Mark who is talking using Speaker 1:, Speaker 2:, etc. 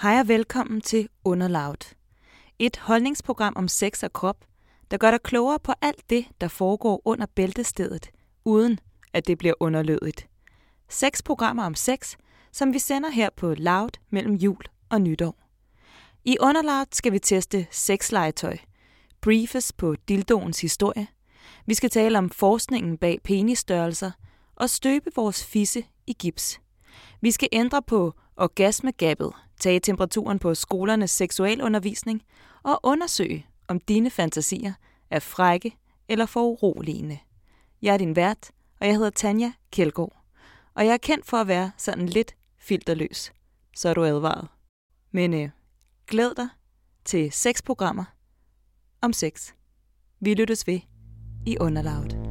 Speaker 1: Hej og velkommen til Underloud. Et holdningsprogram om sex og krop, der gør dig klogere på alt det, der foregår under bæltestedet, uden at det bliver underlødigt. 6 programmer om sex, som vi sender her på Loud mellem jul og nytår. I Underloud skal vi teste sexlegetøj, briefes på dildoens historie, vi skal tale om forskningen bag penisstørrelser og støbe vores fisse i gips. Vi skal ændre på orgasmegabet, tage temperaturen på skolernes seksualundervisning og undersøge, om dine fantasier er frække eller foruroligende. Jeg er din vært, og jeg hedder Tanja Kjeldgaard. Og jeg er kendt for at være sådan lidt filterløs. Så er du advaret. Men glæd dig til 6 programmer om sex. Vi lyttes ved i Underloud.